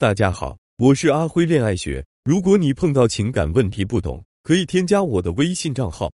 大家好，我是阿辉恋爱学。如果你碰到情感问题不懂，可以添加我的微信账号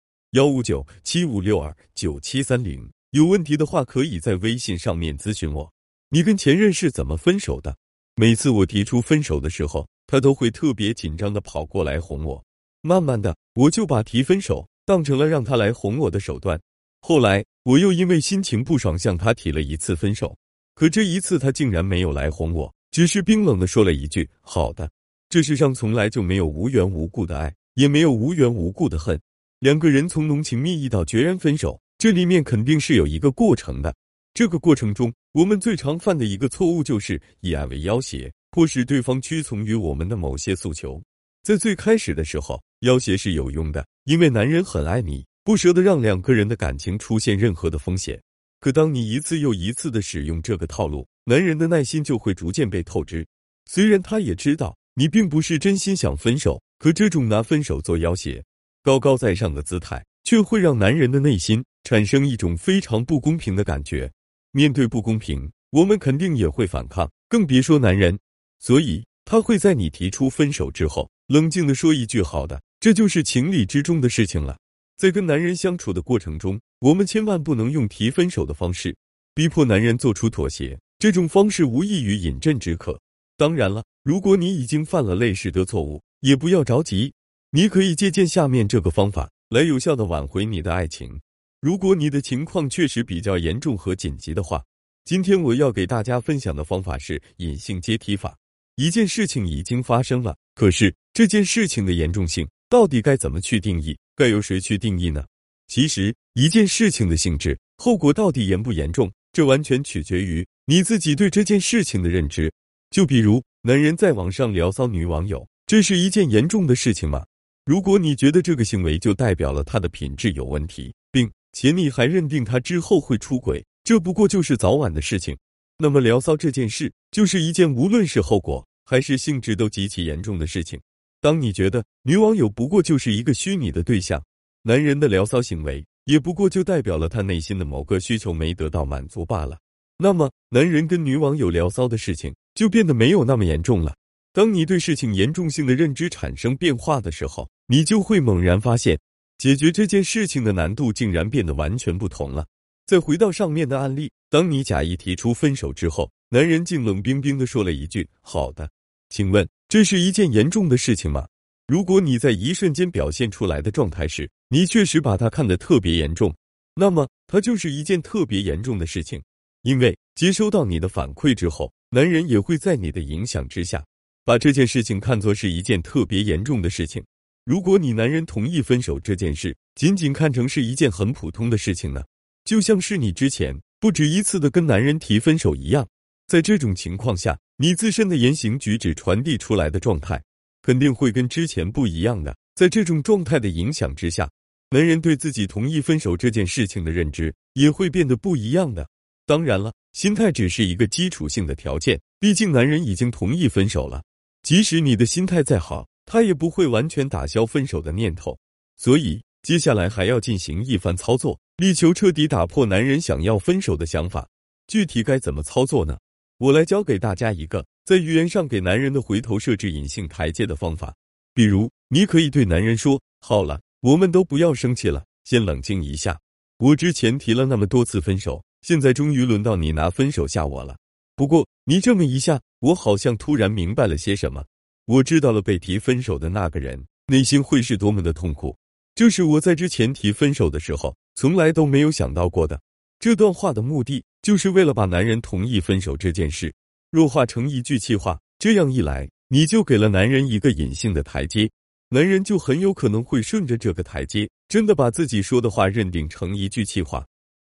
15975629730，有问题的话可以在微信上面咨询我。你跟前任是怎么分手的？每次我提出分手的时候，他都会特别紧张的跑过来哄我。慢慢的，我就把提分手当成了让他来哄我的手段。后来，我又因为心情不爽向他提了一次分手，可这一次他竟然没有来哄我，只是冰冷的说了一句好的。这世上从来就没有无缘无故的爱，也没有无缘无故的恨。两个人从浓情蜜意到决然分手，这里面肯定是有一个过程的。这个过程中，我们最常犯的一个错误就是以爱为要挟，迫使对方屈从于我们的某些诉求。在最开始的时候，要挟是有用的，因为男人很爱你，不舍得让两个人的感情出现任何的风险。可当你一次又一次的使用这个套路，男人的耐心就会逐渐被透支。虽然他也知道你并不是真心想分手，可这种拿分手做要挟、高高在上的姿态，却会让男人的内心产生一种非常不公平的感觉。面对不公平，我们肯定也会反抗，更别说男人。所以他会在你提出分手之后，冷静地说一句好的，这就是情理之中的事情了。在跟男人相处的过程中，我们千万不能用提分手的方式逼迫男人做出妥协，这种方式无异于饮鸩止渴。当然了，如果你已经犯了类似的错误，也不要着急，你可以借鉴下面这个方法来有效地挽回你的爱情。如果你的情况确实比较严重和紧急的话，今天我要给大家分享的方法是隐性阶梯法。一件事情已经发生了，可是这件事情的严重性到底该怎么去定义，该由谁去定义呢？其实一件事情的性质、后果到底严不严重，这完全取决于你自己对这件事情的认知。就比如男人在网上聊骚女网友，这是一件严重的事情吗？如果你觉得这个行为就代表了他的品质有问题，并且你还认定他之后会出轨，这不过就是早晚的事情，那么聊骚这件事就是一件无论是后果还是性质都极其严重的事情。当你觉得女网友不过就是一个虚拟的对象，男人的聊骚行为也不过就代表了他内心的某个需求没得到满足罢了，那么男人跟女网友聊骚的事情就变得没有那么严重了。当你对事情严重性的认知产生变化的时候，你就会猛然发现，解决这件事情的难度竟然变得完全不同了。再回到上面的案例，当你假意提出分手之后，男人竟冷冰冰地说了一句好的，请问这是一件严重的事情吗？如果你在一瞬间表现出来的状态是你确实把它看得特别严重，那么它就是一件特别严重的事情。因为接收到你的反馈之后，男人也会在你的影响之下把这件事情看作是一件特别严重的事情。如果你男人同意分手这件事仅仅看成是一件很普通的事情呢，就像是你之前不止一次的跟男人提分手一样，在这种情况下，你自身的言行举止传递出来的状态肯定会跟之前不一样的。在这种状态的影响之下，男人对自己同意分手这件事情的认知也会变得不一样的。当然了，心态只是一个基础性的条件，毕竟男人已经同意分手了，即使你的心态再好，他也不会完全打消分手的念头。所以接下来还要进行一番操作，力求彻底打破男人想要分手的想法。具体该怎么操作呢？我来教给大家一个在语言上给男人的回头设置隐性台阶的方法。比如你可以对男人说，好了，我们都不要生气了，先冷静一下。我之前提了那么多次分手，现在终于轮到你拿分手吓我了。不过你这么一下，我好像突然明白了些什么。我知道了被提分手的那个人内心会是多么的痛苦，这是我在之前提分手的时候从来都没有想到过的。这段话的目的就是为了把男人同意分手这件事弱化成一句气话，这样一来你就给了男人一个隐性的台阶，男人就很有可能会顺着这个台阶真的把自己说的话认定成一句气话。